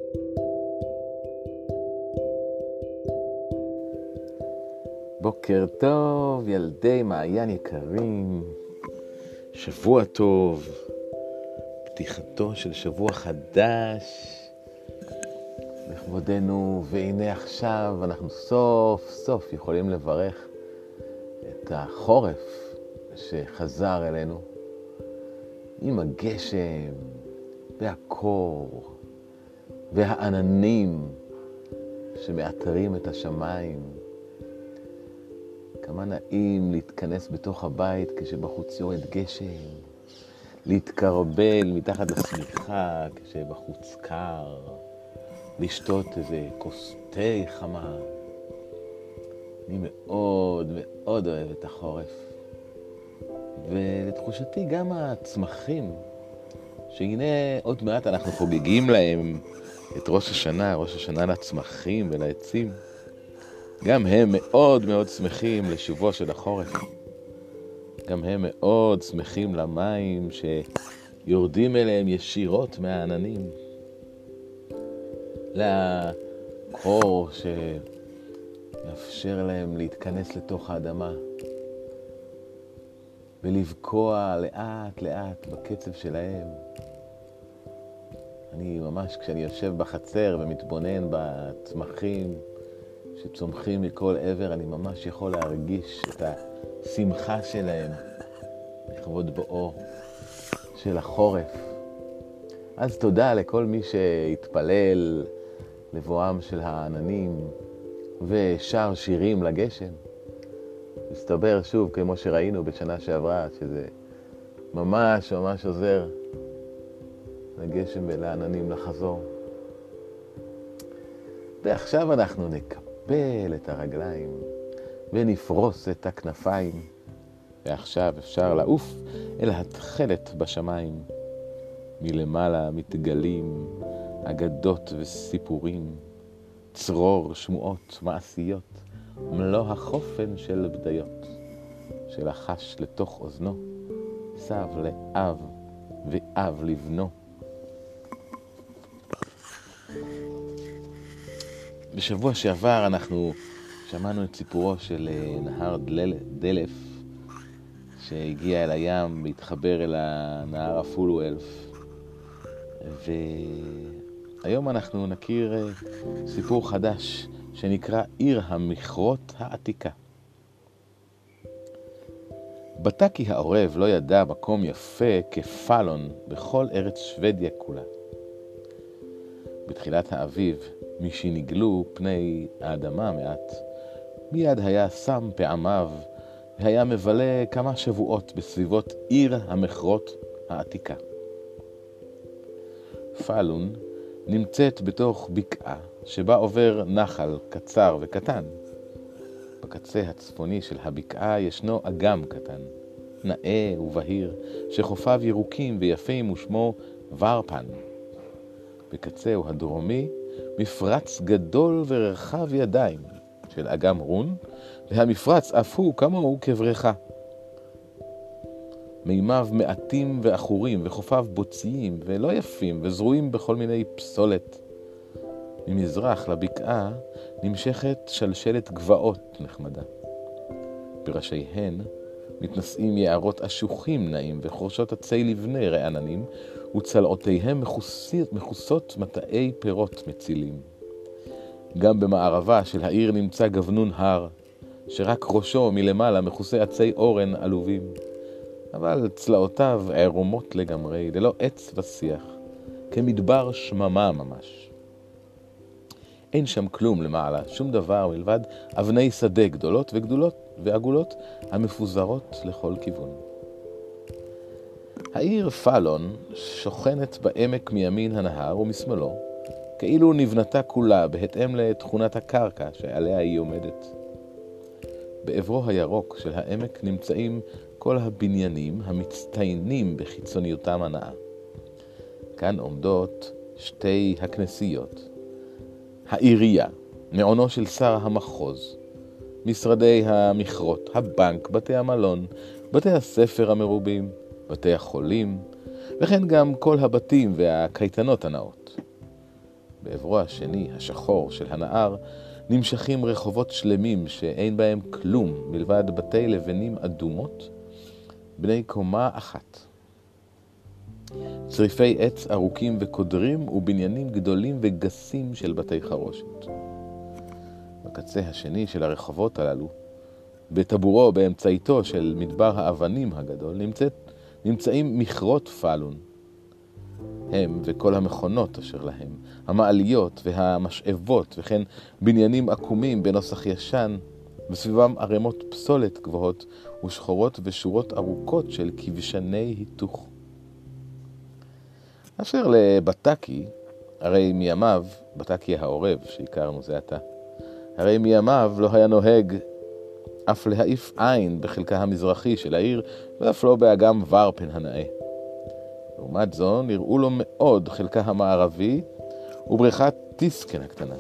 בוקר טוב, ילדי מעיין יקרים, שבוע טוב, פתיחתו של שבוע חדש לכבודנו, והנה עכשיו אנחנו סוף סוף יכולים לברך את החורף שחזר אלינו עם הגשם והקור והעננים שמאתרים את השמיים. כמה נעים להתכנס בתוך הבית כשבחוץ יורד גשם, להתקרבל מתחת לשמיכה כשבחוץ קר, לשתות איזה כוס תה חמה. אני מאוד מאוד אוהב את החורף. ולתחושתי גם הצמחים, שהנה עוד מעט אנחנו חוגגים להם את ראש השנה לצמחים ולעצים. גם הם מאוד מאוד שמחים לשובו של החורף. גם הם מאוד שמחים למים שיורדים אליהם ישירות מהעננים. לקור שיאפשר להם להתכנס לתוך האדמה ולבקוע לאט לאט בקצב שלהם. אני ממש כשאני יושב בחצר ומתבונן בצמחים שצומחים מכל עבר, אני ממש יכול להרגיש את השמחה שלהם לכבוד בואו של החורף. אז תודה לכל מי שהתפלל לבואם של העננים ושר שירים לגשם. מסתבר שוב, כמו שראינו בשנה שעברה, שזה ממש ממש עוזר לגשם ולעננים לחזור. ועכשיו אנחנו נקפל את הרגליים ונפרוס את הכנפיים. ועכשיו אפשר לעוף אל התכלת בשמיים. מלמעלה מתגלים אגדות וסיפורים, צרור שמועות מעשיות, מלוא החופן של בדיות, שלחש לתוך אוזנו, סב לאב ואב לבנו. בשבוע שעבר אנחנו שמענו את סיפורו של נהר דלף, שהגיע אל הים והתחבר אל הנהר הפולואלף. והיום אנחנו נכיר סיפור חדש שנקרא עיר המכרות העתיקה. בתקי העורב לא ידע מקום יפה כפלון בכל ארץ שוודיה כולה. בתחילת האביב, משנגלו פני האדמה מעט, מיד היה שם פעמיו והיה מבלה כמה שבועות בסביבות עיר המכרות העתיקה. פלון נמצאת בתוך בקעה שבה עובר נחל קצר וקטן. בקצה הצפוני של הבקעה ישנו אגם קטן, נאה ובהיר, שחופיו ירוקים ויפים ושמו ורפן. בקצהו הדרומי מפרץ גדול ורחב ידיים של אגם רון, והמפרץ אף הוא כמוהו כבריכה. מימיו מעטים ואחורים וחופיו בוציים ולא יפים וזרועים בכל מיני פסולת. ממזרח לבקעה נמשכת שלשלת גבעות נחמדה. בראשיהן מתנשאים יערות אשוחים נעים וחורשות עצי לבני רעננים, וצלעותיהם מכוסות מטעי פירות מצילים. גם במערבה של העיר נמצא גבנון הר, שרק ראשו מלמעלה מכוסה עצי אורן עלובים. אבל צלעותיו עירומות לגמרי, ללא עץ ושיח, כמדבר שממה ממש. אין שם כלום למעלה, שום דבר מלבד אבני שדה גדולות ועגולות המפוזרות לכל כיוון. העיר פלון שוכנת בעמק מימין הנהר ומשמאלו, כאילו נבנתה כולה בהתאם לתכונת הקרקע שעליה היא עומדת. בעברו הירוק של העמק נמצאים כל הבניינים המצטיינים בחיצוניותם הנאה. כאן עומדות שתי הכנסיות, העירייה, מעונו של שר המחוז, משרדי המכרות, הבנק, בתי המלון, בתי הספר המרובים, בתי החולים, וכן גם כל הבתים והקייטנות הנאות. בעברו השני, השחור של הנהר, נמשכים רחובות שלמים שאין בהם כלום מלבד בתי לבנים אדומות, בני קומה אחת. צריפי עץ ארוכים וקודרים ובניינים גדולים וגסים של בתי חרושת. בקצה השני של הרחובות הללו, בטבורו באמצעיתו של מדבר האבנים הגדול, נמצאים מכרות פלון. הם וכל המכונות אשר להם, המעליות והמשאבות וכן בניינים עקומים בנוסח ישן, בסביבם ערימות פסולת גבוהות ושחורות ושורות ארוכות של כבשני היתוך. אשר לבטקי, הרי מימיו, בטקי העורב שהכרנו זה עתה, הרי מימיו לא היה נוהג אף להעיף עין בחלקה המזרחי של העיר, ואף לא באגם ורפן הנאה. לעומת זו נראו לו מאוד חלקה המערבי ובריכת טיסקן הקטנה.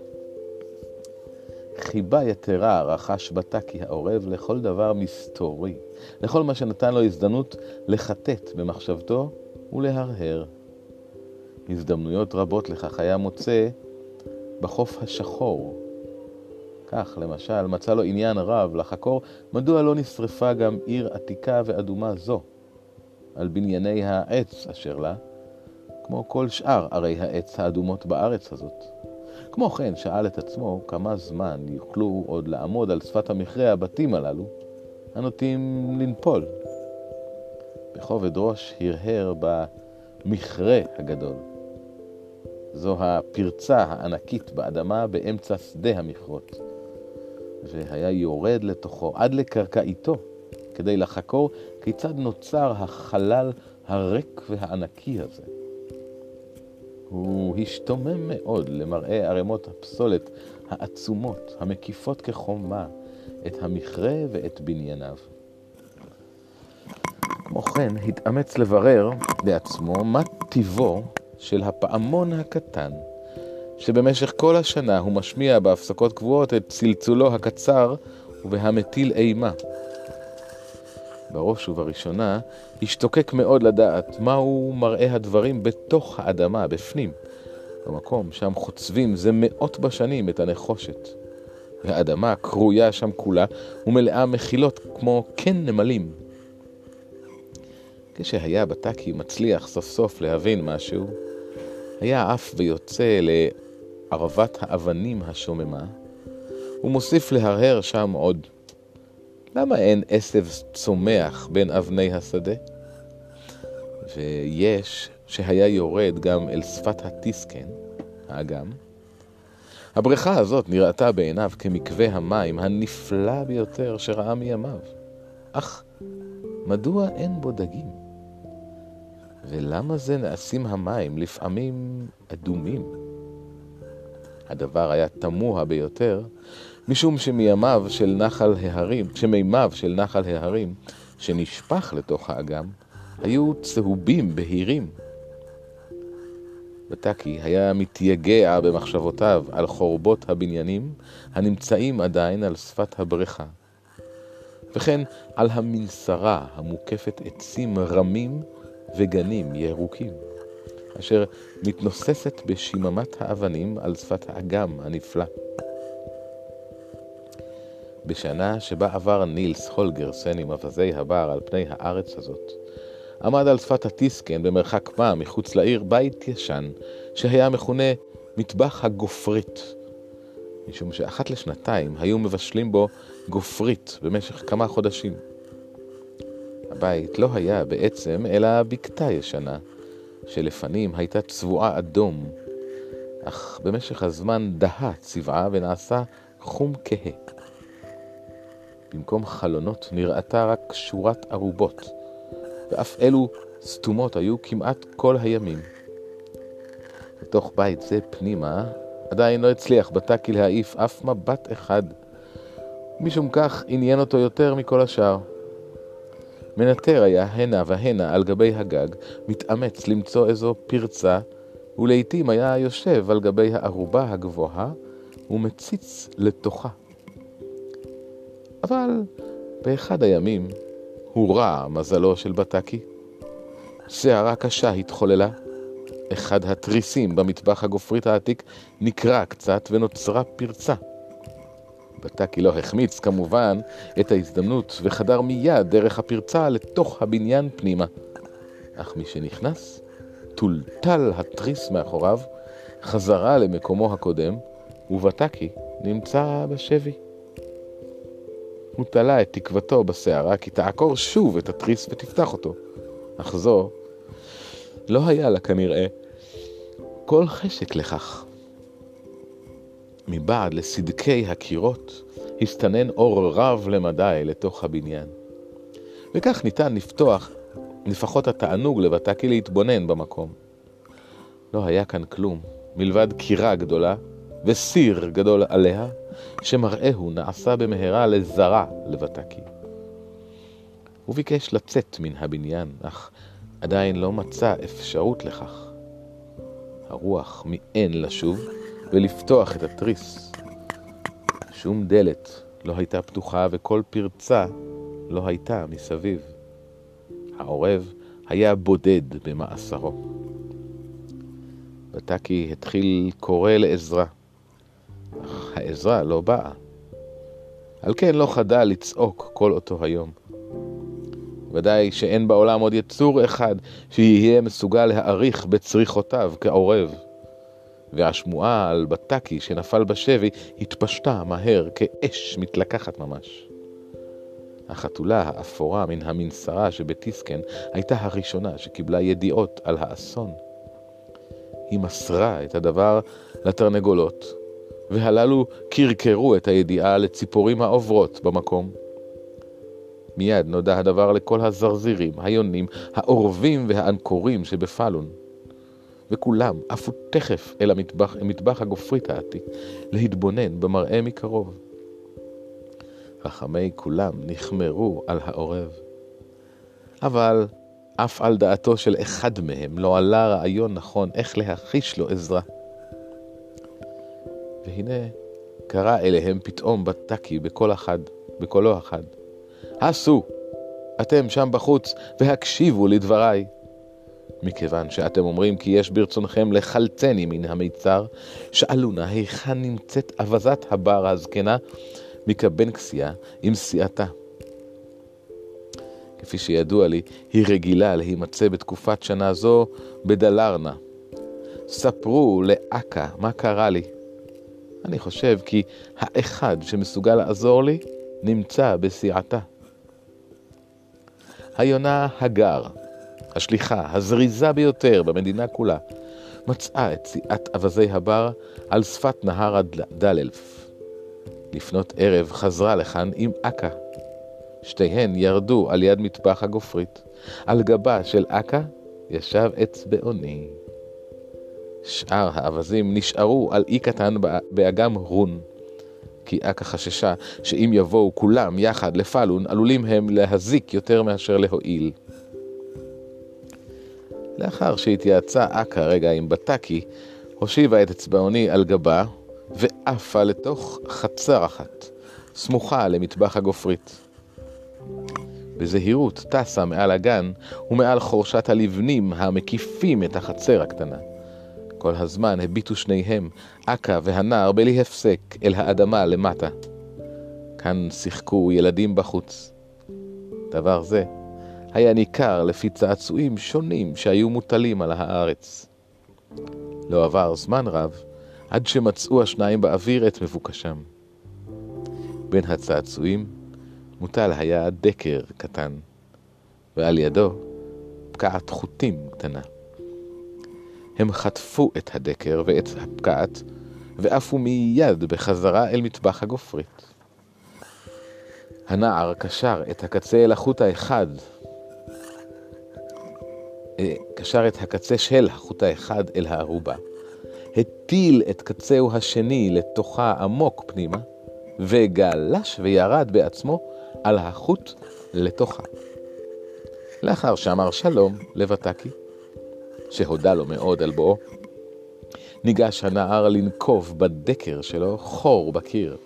חיבה יתרה רכש בטקי העורב לכל דבר מסתורי, לכל מה שנתן לו הזדמנות לחטט במחשבתו ולהרהר. הזדמנויות רבות לכך היה מוצא בחוף השחור. כך למשל מצא לו עניין רב לחקור מדוע לא נשרפה גם עיר עתיקה ואדומה זו על בנייני העץ אשר לה, כמו כל שאר ערי העץ האדומות בארץ הזאת. כמו כן שאל את עצמו כמה זמן יוכלו עוד לעמוד על שפת המכרה הבתים הללו, הנוטים לנפול. בכובד ראש הרהר במכרה הגדול. זו הפרצה הענקית באדמה באמצע שדה המכרות. והיה יורד לתוכו עד לקרקעיתו כדי לחקור כיצד נוצר החלל הריק והענקי הזה. הוא השתומם מאוד למראה ערימות הפסולת העצומות המקיפות כחומה את המכרה ואת בנייניו. כמו כן התאמץ לברר בעצמו מה טיבו של הפעמון הקטן, שבמשך כל השנה הוא משמיע בהפסקות קבועות את צלצולו הקצר ובהמטיל אימה. בראש ובראשונה השתוקק מאוד לדעת מהו מראה הדברים בתוך האדמה, בפנים, במקום שם חוצבים זה מאות בשנים את הנחושת. והאדמה קרויה שם כולה ומלאה מחילות כמו כן נמלים. כשהיה בטקי מצליח סוף סוף להבין משהו, היה אף ויוצא לערבת האבנים השוממה, ומוסיף להרהר שם עוד. למה אין עשב צומח בין אבני השדה? ויש שהיה יורד גם אל שפת הטיסקן, האגם. הבריכה הזאת נראתה בעיניו כמקווה המים הנפלא ביותר שראה מימיו. אך מדוע אין בו דגים? ולמה זה נעשים המים לפעמים אדומים? הדבר היה תמוה ביותר, משום שמימיו של נחל ההרים שנשפך לתוך האגם היו צהובים בהירים. בטקי היה מתייגע במחשבותיו על חורבות הבניינים הנמצאים עדיין על שפת הבריכה, וכן על המנסרה המוקפת עצים רמים וגנים ירוקים, אשר מתנוססת בשיממת האבנים על שפת האגם הנפלא. בשנה שבה עבר נילס הולגרסן עם אבזי הבר על פני הארץ הזאת, עמד על שפת הטיסקן במרחק מה מחוץ לעיר בית ישן שהיה מכונה מטבח הגופרית, משום שאחת לשנתיים היו מבשלים בו גופרית במשך כמה חודשים. הבית לא היה בעצם אלא בקתה ישנה שלפנים הייתה צבועה אדום, אך במשך הזמן דהה צבעה ונעשה חום כהה. במקום חלונות נראתה רק שורת ערובות, ואף אלו סתומות היו כמעט כל הימים. בתוך בית זה פנימה עדיין לא הצליח בטקי להעיף אף מבט אחד, משום כך עניין אותו יותר מכל השאר. מנטר היה הנה והנה על גבי הגג, מתאמץ למצוא איזו פרצה, ולעיתים היה יושב על גבי הערובה הגבוהה ומציץ לתוכה. אבל באחד הימים הורע מזלו של בטקי. שערה קשה התחוללה, אחד התריסים במטבח הגופרית העתיק נקרע קצת ונוצרה פרצה. בטקי לא החמיץ כמובן את ההזדמנות וחדר מיד דרך הפרצה לתוך הבניין פנימה. אך מי שנכנס, טולטל התריס מאחוריו, חזרה למקומו הקודם, ובטקי נמצא בשבי. הוא תלה את תקוותו בסערה כי תעקור שוב את התריס ותפתח אותו. אך זו לא היה לה כנראה כל חשק לכך. מבעד לסדקי הקירות הסתנן אור רב למדי לתוך הבניין. וכך ניתן לפתוח לפחות התענוג לבטקי להתבונן במקום. לא היה כאן כלום, מלבד קירה גדולה וסיר גדול עליה, שמראהו נעשה במהרה לזרה לבטקי. הוא ביקש לצאת מן הבניין, אך עדיין לא מצא אפשרות לכך. הרוח מיאן לשוב ולפתוח את התריס. שום דלת לא הייתה פתוחה וכל פרצה לא הייתה מסביב. העורב היה בודד במאסרו. בטקי התחיל קורא לעזרה, אך העזרה לא באה. על כן לא חדל לצעוק כל אותו היום. ודאי שאין בעולם עוד יצור אחד שיהיה מסוגל להעריך בצריחותיו כעורב. והשמועה על בטקי שנפל בשבי התפשטה מהר כאש מתלקחת ממש. החתולה האפורה מן המנסרה שבטיסקן הייתה הראשונה שקיבלה ידיעות על האסון. היא מסרה את הדבר לתרנגולות, והללו קרקרו את הידיעה לציפורים העוברות במקום. מיד נודע הדבר לכל הזרזירים, היונים, העורבים והאנקורים שבפלון. וכולם עפו תכף אל המטבח הגופרית העתיק, להתבונן במראה מקרוב. חכמי כולם נחמרו על העורב. אבל אף על דעתו של אחד מהם לא עלה רעיון נכון איך להחיש לו עזרה. והנה קרא אליהם פתאום בטקי בקולו אחד. הסו, אתם שם בחוץ והקשיבו לדבריי. מכיוון שאתם אומרים כי יש ברצונכם לחלצני מן המיצר, שאלו נא היכן נמצאת אבזת הבר הזקנה מקבנקסיה עם סיעתה. כפי שידוע לי, היא רגילה להימצא בתקופת שנה זו בדלרנה. ספרו לאקה מה קרה לי. אני חושב כי האחד שמסוגל לעזור לי נמצא בסיעתה. היונה הגר, השליחה הזריזה ביותר במדינה כולה, מצאה את סיעת אבזי הבר על שפת נהר הדללף. לפנות ערב חזרה לכאן עם אקה. שתיהן ירדו על יד מטבח הגופרית. על גבה של אקה ישב עץ בעוני. שאר האבזים נשארו על אי קטן באגם רון, כי אקה חששה שאם יבואו כולם יחד לפלון, עלולים הם להזיק יותר מאשר להועיל. לאחר שהתייעצה אקה רגע עם בטקי, הושיבה את אצבעוני על גבה ועפה לתוך חצר אחת, סמוכה למטבח הגופרית. בזהירות טסה מעל הגן ומעל חורשת הלבנים המקיפים את החצר הקטנה. כל הזמן הביטו שניהם, אקה והנער, בלי הפסק אל האדמה למטה. כאן שיחקו ילדים בחוץ. דבר זה היה ניכר לפי צעצועים שונים שהיו מוטלים על הארץ. לא עבר זמן רב עד שמצאו השניים באוויר את מבוקשם. בין הצעצועים מוטל היה דקר קטן, ועל ידו פקעת חוטים קטנה. הם חטפו את הדקר ואת הפקעת, ועפו מיד בחזרה אל מטבח הגופרית. הנער קשר את הקצה אל החוט האחד, קשר את הקצה של החוט האחד אל הערובה, הטיל את קצהו השני לתוכה עמוק פנימה, וגלש וירד בעצמו על החוט לתוכה. לאחר שאמר שלום לבטקי, שהודה לו מאוד על בואו, ניגש הנער לנקוב בדקר שלו חור בקיר.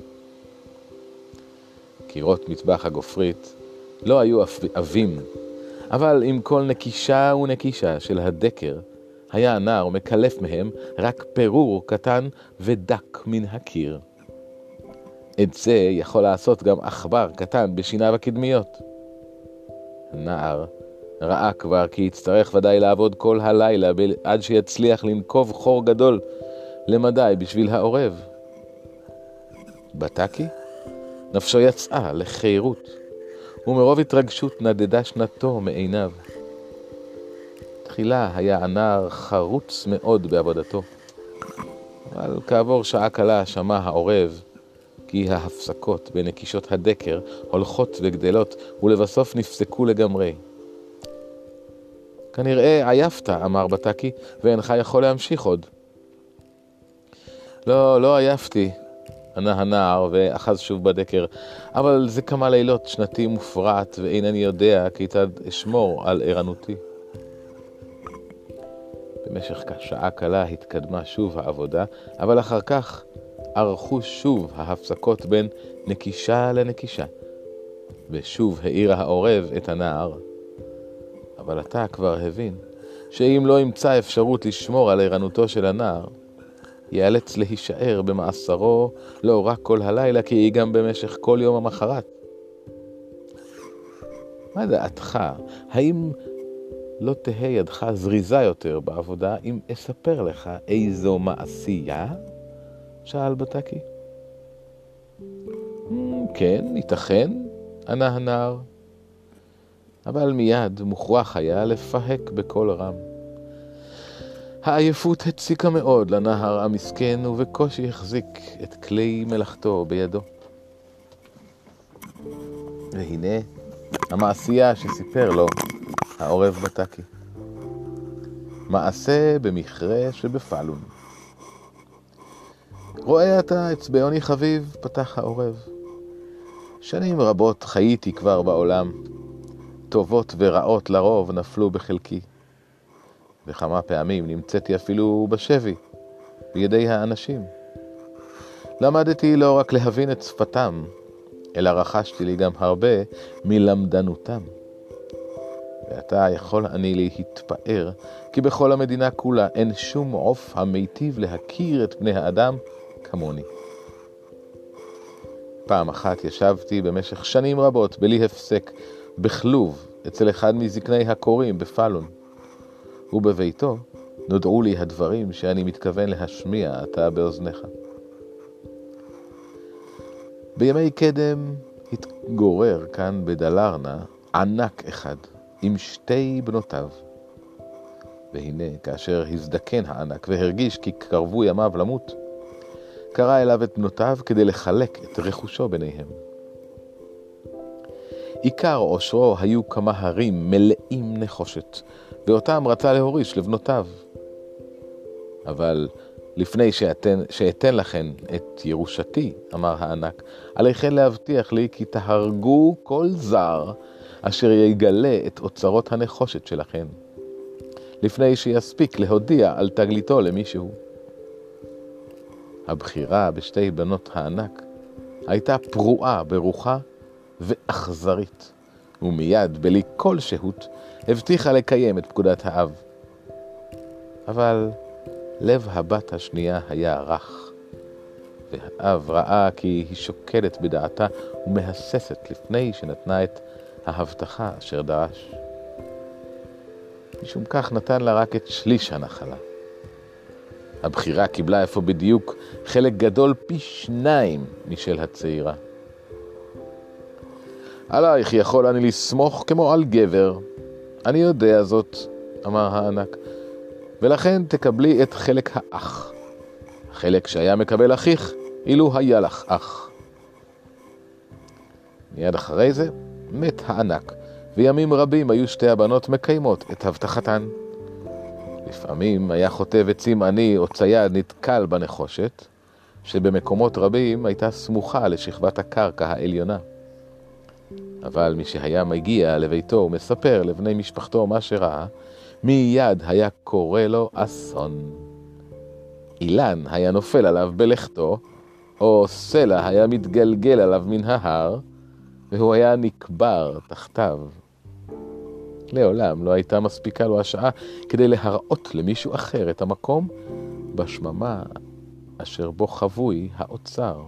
קירות מטבח הגופרית לא היו עבים, אבל עם כל נקישה ונקישה של הדקר היה הנער מקלף מהם רק פירור קטן ודק מן הקיר. את זה יכול לעשות גם עכבר קטן בשיניו הקדמיות. הנער ראה כבר כי יצטרך ודאי לעבוד כל הלילה עד שיצליח לנקוב חור גדול למדי בשביל העורב. בטקי נפשו יצאה לחירות, ומרוב התרגשות נדדה שנתו מעיניו. תחילה היה הנער חרוץ מאוד בעבודתו, אבל כעבור שעה קלה שמע העורב כי ההפסקות בנקישות הדקר הולכות וגדלות ולבסוף נפסקו לגמרי. כנראה עייפת, אמר בטקי, ואינך יכול להמשיך עוד. לא עייפתי, ענה הנער ואחז שוב בדקר, אבל זה כמה לילות שנתי מופרעת ואינני יודע כיצד אשמור על ערנותי. במשך שעה קלה התקדמה שוב העבודה, אבל אחר כך ערכו שוב ההפסקות בין נקישה לנקישה, ושוב העיר העורב את הנער. אבל אתה כבר הבין שאם לא ימצא אפשרות לשמור על ערנותו של הנער, ייאלץ להישאר במאסרו לא רק כל הלילה, כי היא גם במשך כל יום המחרת. מה דעתך? האם לא תהא ידך זריזה יותר בעבודה אם אספר לך איזו מעשייה? שאל בטקי. כן, ייתכן, ענה הנער. אבל מיד מוכרח היה לפהק בקול רם. העייפות הציקה מאוד לנער המסכן, ובקושי החזיק את כלי מלאכתו בידו. והנה המעשייה שסיפר לו העורב בטקי. מעשה במכרה שבפלון. רואה אתה אצבעוני חביב, פתח העורב. שנים רבות חייתי כבר בעולם. טובות ורעות לרוב נפלו בחלקי. וכמה פעמים נמצאתי אפילו בשבי, בידי האנשים. למדתי לא רק להבין את שפתם, אלא רכשתי לי גם הרבה מלמדנותם. ואתה יכול אני להתפאר, כי בכל המדינה כולה אין שום עוף המיטיב להכיר את בני האדם כמוני. פעם אחת ישבתי במשך שנים רבות בלי הפסק בכלוב אצל אחד מזקני הקוראים בפלון, ובביתו נודעו לי הדברים שאני מתכוון להשמיע עתה באוזניך. בימי קדם התגורר כאן בדלרנה ענק אחד עם שתי בנותיו. והנה כאשר הזדקן הענק והרגיש כי קרבו ימיו למות, קרא אליו את בנותיו כדי לחלק את רכושו ביניהם. עיקר עושרו היו כמה הרים מלאים נחושת, ואותם רצה להוריש לבנותיו. אבל לפני שאתן לכן את ירושתי, אמר הענק, עליכן להבטיח לי כי תהרגו כל זר אשר יגלה את אוצרות הנחושת שלכן, לפני שיספיק להודיע על תגליתו למישהו. הבחירה בשתי בנות הענק הייתה פרועה ברוחה ואכזרית, ומיד בלי כל שהות הבטיחה לקיים את פקודת האב. אבל לב הבת השנייה היה רך, והאב ראה כי היא שוקלת בדעתה ומהססת לפני שנתנה את ההבטחה אשר דרש. משום כך נתן לה רק את שליש הנחלה. הבחירה קיבלה איפה בדיוק חלק גדול פי 2 משל הצעירה. עלייך יכול אני לסמוך כמו על גבר. אני יודע זאת, אמר הענק, ולכן תקבלי את חלק האח. החלק שהיה מקבל אחיך, אילו היה לך אח. מיד אחרי זה מת הענק, וימים רבים היו שתי הבנות מקיימות את הבטחתן. לפעמים היה חוטב עצים עני או צייד נתקל בנחושת, שבמקומות רבים הייתה סמוכה לשכבת הקרקע העליונה. אבל מי שהיה מגיע לביתו ומספר לבני משפחתו מה שראה, מיד היה קורא לו אסון. אילן היה נופל עליו בלכתו, או סלע היה מתגלגל עליו מן ההר, והוא היה נקבר תחתיו. לעולם לא הייתה מספיקה לו השעה כדי להראות למישהו אחר את המקום בשממה אשר בו חבוי האוצר.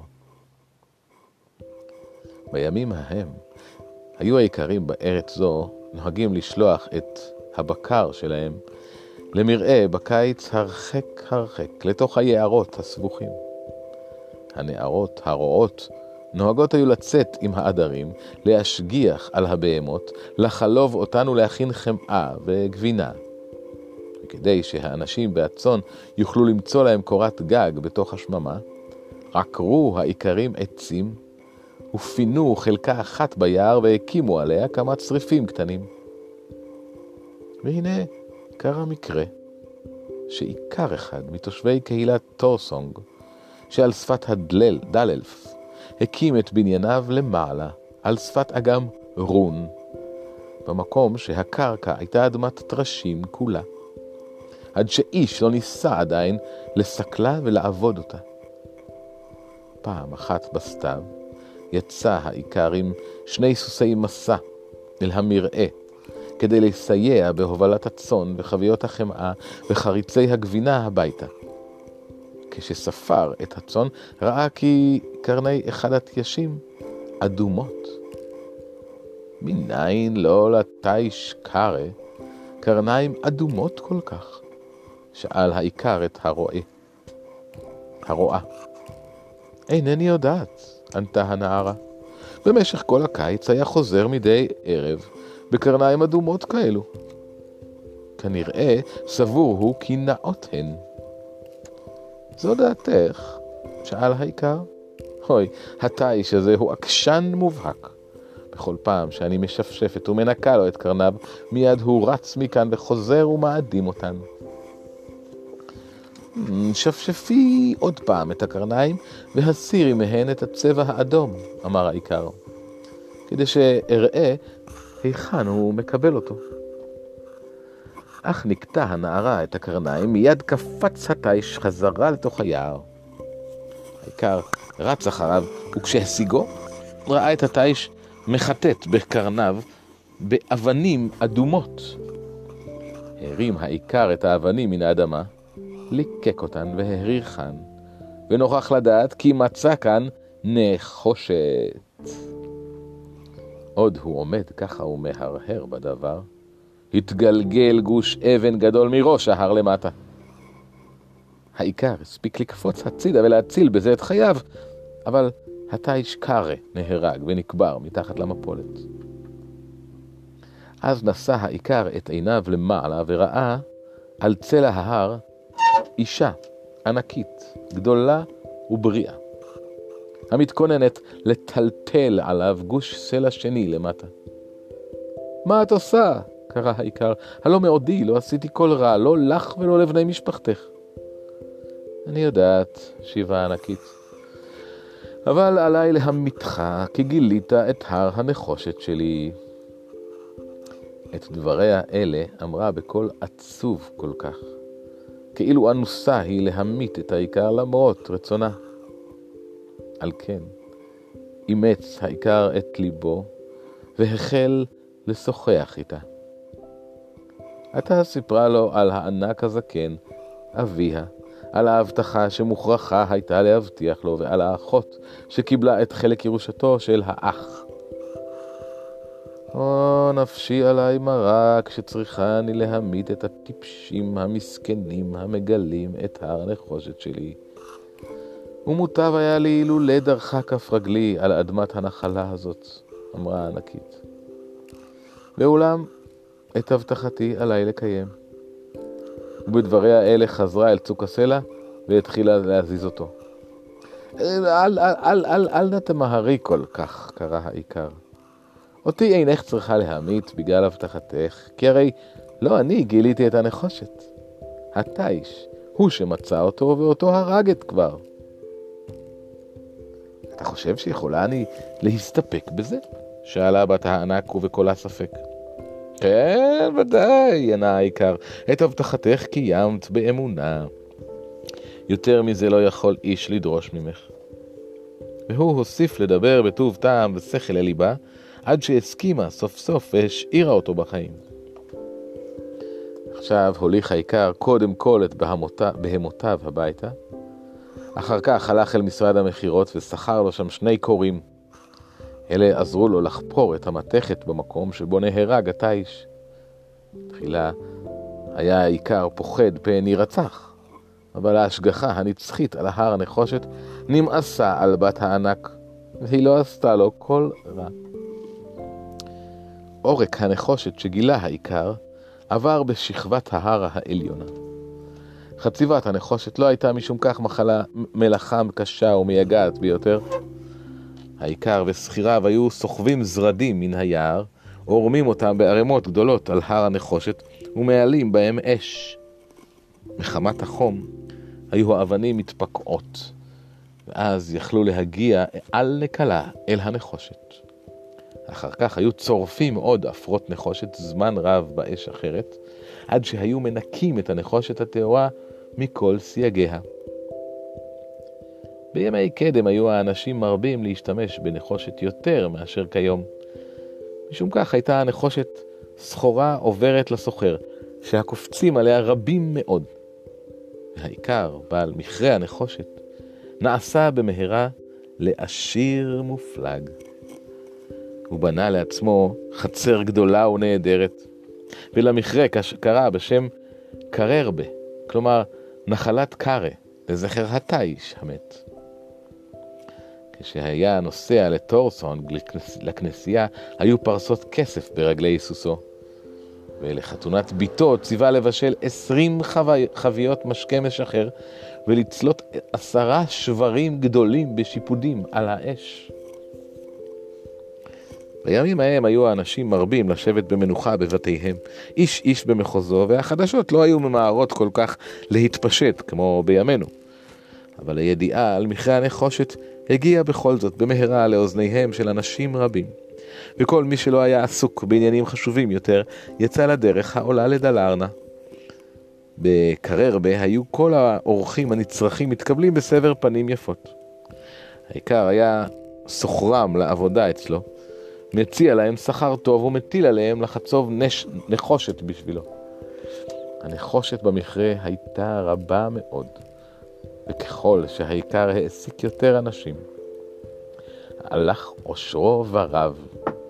בימים ההם היו האיכרים בארץ זו נוהגים לשלוח את הבקר שלהם למרעה בקיץ הרחק הרחק לתוך היערות הסבוכים. הנערות הרועות נוהגות היו לצאת עם העדרים, להשגיח על הבהמות, לחלוב אותן ולהכין חמאה וגבינה. וכדי שהאנשים והצאן יוכלו למצוא להם קורת גג בתוך השממה, עקרו האיכרים עצים ופינו חלקה אחת ביער והקימו עליה כמה צריפים קטנים. והנה קרה מקרה שאיכר אחד מתושבי קהילת טורסונג, שעל שפת הדללף, הקים את בנייניו למעלה, על שפת אגם רון, במקום שהקרקע הייתה אדמת טרשים כולה, עד שאיש לא ניסה עדיין לסקלה ולעבוד אותה. פעם אחת בסתיו יצא האיכר עם 2 סוסי מסע אל המרעה, כדי לסייע בהובלת הצאן וחביות החמאה וחריצי הגבינה הביתה. כשספר את הצאן ראה כי קרני אחד התיישים אדומות. מניין לא לתיש קרא קרניים אדומות כל כך? שאל האיכר את הרועה. אינני יודעת, ענתה הנערה. במשך כל הקיץ היה חוזר מדי ערב בקרניים אדומות כאלו. כנראה סבור הוא כי נאות הן. זו דעתך? שאל האיכר. אוי, התיש הזה הוא עקשן מובהק. בכל פעם שאני משפשפת ומנקה לו את קרניו, מיד הוא רץ מכאן וחוזר ומאדים אותן. שפשפי עוד פעם את הקרניים והסירי מהן את הצבע האדום, אמר האיכר, כדי שאראה היכן הוא מקבל אותו. אך נקטה הנערה את הקרניים, מיד קפץ התיש חזרה לתוך היער. האיכר רץ אחריו, וכשהשיגו ראה את התיש מחטט בקרניו באבנים אדומות. הרים האיכר את האבנים מן האדמה, ליקק אותן והריחן, ונוכח לדעת כי מצא כאן נחושת. עוד הוא עומד ככה ומהרהר בדבר, התגלגל גוש אבן גדול מראש ההר למטה. האיכר הספיק לקפוץ הצידה ולהציל בזה את חייו, אבל התיש קרא נהרג ונקבר מתחת למפולת. אז נשא האיכר את עיניו למעלה וראה על צלע ההר אישה ענקית, גדולה ובריאה, המתכוננת לטלטל עליו גוש סלע שני למטה. מה את עושה? קרא האיכר. הלא מעודי, לא עשיתי כל רע, לא לך ולא לבני משפחתך. אני יודעת, שיבה ענקית, אבל עליי להמיתך כי גילית את הר הנחושת שלי. את דבריה אלה אמרה בקול עצוב כל כך, כאילו אנוסה היא להמית את האיכר למרות רצונה. על כן אימץ האיכר את ליבו והחל לשוחח איתה. עתה סיפרה לו על הענק הזקן, אביה, על ההבטחה שמוכרחה הייתה להבטיח לו, ועל האחות שקיבלה את חלק ירושתו של האח. או נפשי עליי מרה כשצריכה אני להמית את הטיפשים המסכנים המגלים את הר הנחושת שלי. ומוטב היה לי אילולא דרכה כף רגלי על אדמת הנחלה הזאת, אמרה הענקית. ואולם את הבטחתי עליי לקיים. ובדבריה אלה חזרה אל צוק הסלע והתחילה להזיז אותו. אל נא תמהרי כל כך, קרא האיכר. אותי אינך צריכה להמית בגלל הבטחתך, כי הרי לא אני גיליתי את הנחושת. התיש הוא שמצא אותו ואותו הרגת כבר. אתה חושב שיכולה אני להסתפק בזה? שאלה בת הענק ובקולה ספק. כן, ודאי, ענה האיכר, את הבטחתך קיימת באמונה. יותר מזה לא יכול איש לדרוש ממך. והוא הוסיף לדבר בטוב טעם ושכל לליבה, עד שהסכימה סוף סוף והשאירה אותו בחיים. עכשיו הוליך העיקר קודם כל את בהמותיו הביתה, אחר כך הלך אל משרד המחירות ושכר לו שם 2 קוראים. אלה עזרו לו לחפור את המתכת במקום שבו נהרג התיש. תחילה היה העיקר פוחד פן יירצח, אבל ההשגחה הנצחית על ההר הנחושת נמאסה על בת הענק, והיא לא עשתה לו כל רע. עורק הנחושת שגילה העיקר עבר בשכבת ההר העליונה. חציבת הנחושת לא הייתה משום כך מלאכה קשה ומייגעת ביותר. העיקר וסחיריו היו סוחבים זרדים מן היער, עורמים אותם בערימות גדולות על הר הנחושת ומעלים בהם אש. מחמת החום היו האבנים מתפקעות, ואז יכלו להגיע על נקלה אל הנחושת. אחר כך היו צורפים עוד אפרות נחושת זמן רב באש אחרת, עד שהיו מנקים את הנחושת הטהורה מכל סייגיה. בימי קדם היו האנשים מרבים להשתמש בנחושת יותר מאשר כיום. משום כך הייתה הנחושת סחורה עוברת לסוחר, שהקופצים עליה רבים מאוד. והעיקר, בעל מכרה הנחושת, נעשה במהרה לעשיר מופלג. הוא בנה לעצמו חצר גדולה ונהדרת, ולמכרה קרא בשם קררבה, כלומר נחלת קרה, לזכר התיש המת. כשהיה נוסע לטורסון לכנסייה, היו פרסות כסף ברגלי סוסו, ולחתונת ביתו ציווה לבשל 20 חביות משקה משחרר, ולצלות 10 שברים גדולים בשיפודים על האש. בימים ההם היו האנשים מרבים לשבת במנוחה בבתיהם, איש איש במחוזו, והחדשות לא היו ממהרות כל כך להתפשט כמו בימינו. אבל הידיעה על מכרה הנחושת הגיעה בכל זאת במהרה לאוזניהם של אנשים רבים, וכל מי שלא היה עסוק בעניינים חשובים יותר יצא לדרך העולה לדלרנה. בקררבה היו כל האורחים הנצרכים מתקבלים בסבר פנים יפות. העיקר היה סוחרם לעבודה אצלו, מציע להם שכר טוב ומטיל עליהם לחצוב נחושת בשבילו. הנחושת במכרה הייתה רבה מאוד, וככל שהעיקר העסיק יותר אנשים, הלך עושרו ורב.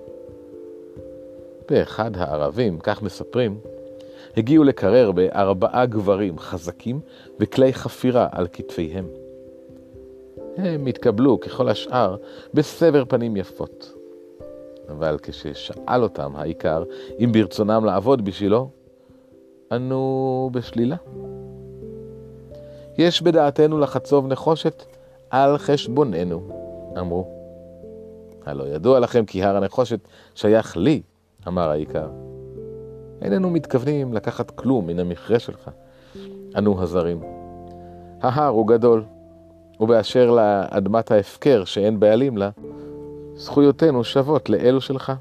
באחד הערבים, כך מספרים, הגיעו לקרר ב4 גברים חזקים וכלי חפירה על כתפיהם. הם התקבלו ככל השאר בסבר פנים יפות. אבל כששאל אותם העיקר אם ברצונם לעבוד בשבילו, ענו בשלילה. יש בדעתנו לחצוב נחושת על חשבוננו, אמרו. הלא ידוע לכם כי הר הנחושת שייך לי, אמר העיקר. איננו מתכוונים לקחת כלום מן המכרה שלך, ענו הזרים. ההר הוא גדול, ובאשר לאדמת ההפקר שאין בעלים לה, זכויותינו שוות לאלו שלך.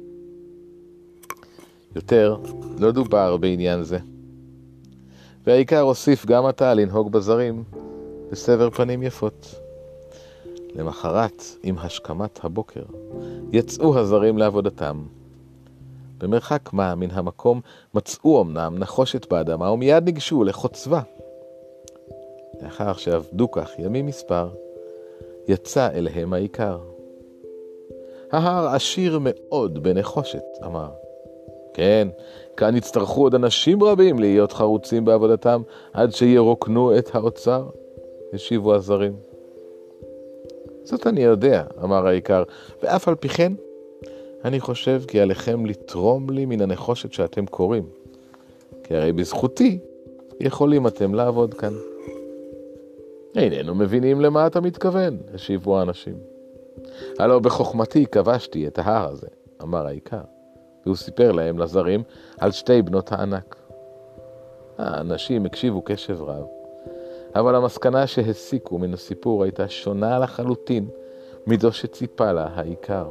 יותר לא דובר בעניין זה. והעיקר הוסיף גם אתה לנהוג בזרים בסבר פנים יפות. למחרת, עם השכמת הבוקר, יצאו הזרים לעבודתם. במרחק מה מן המקום מצאו אמנם נחושת באדמה ומיד ניגשו לחוצבה. לאחר שעבדו כך ימים מספר, יצא אליהם העיקר. ההר עשיר מאוד בנחושת, אמר. כן, כאן יצטרכו עוד אנשים רבים להיות חרוצים בעבודתם עד שירוקנו את האוצר, השיבו הזרים. זאת אני יודע, אמר העיקר, ואף על פי כן, אני חושב כי עליכם לתרום לי מן הנחושת שאתם קוראים, כי הרי בזכותי יכולים אתם לעבוד כאן. איננו מבינים למה אתה מתכוון, השיבו האנשים. הלא בחוכמתי כבשתי את ההר הזה, אמר העיקר, והוא סיפר להם לזרים על 2 בנות הענק. האנשים הקשיבו קשב רב, אבל המסקנה שהסיקו מן הסיפור הייתה שונה לחלוטין מזו שציפה לה העיקר.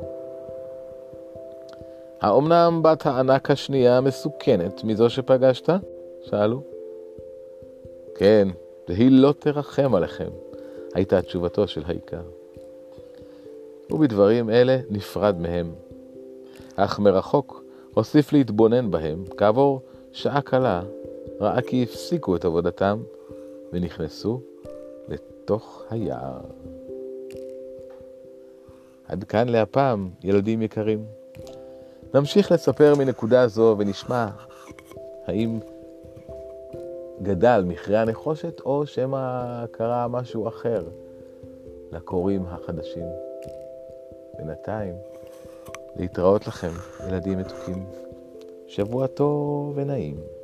האומנם בת הענק השנייה מסוכנת מזו שפגשת? שאלו. כן, והיא לא תרחם עליכם, הייתה תשובתו של העיקר. ובדברים אלה נפרד מהם. אך מרחוק הוסיף להתבונן בהם, כעבור שעה קלה ראה כי הפסיקו את עבודתם ונכנסו לתוך היער. עד כאן להפעם, ילדים יקרים. נמשיך לספר מנקודה זו ונשמע האם גדל מכרה הנחושת או שמא קרה משהו אחר לקוראים החדשים. בינתיים, להתראות לכם, ילדים מתוקים. שבוע טוב ונעים.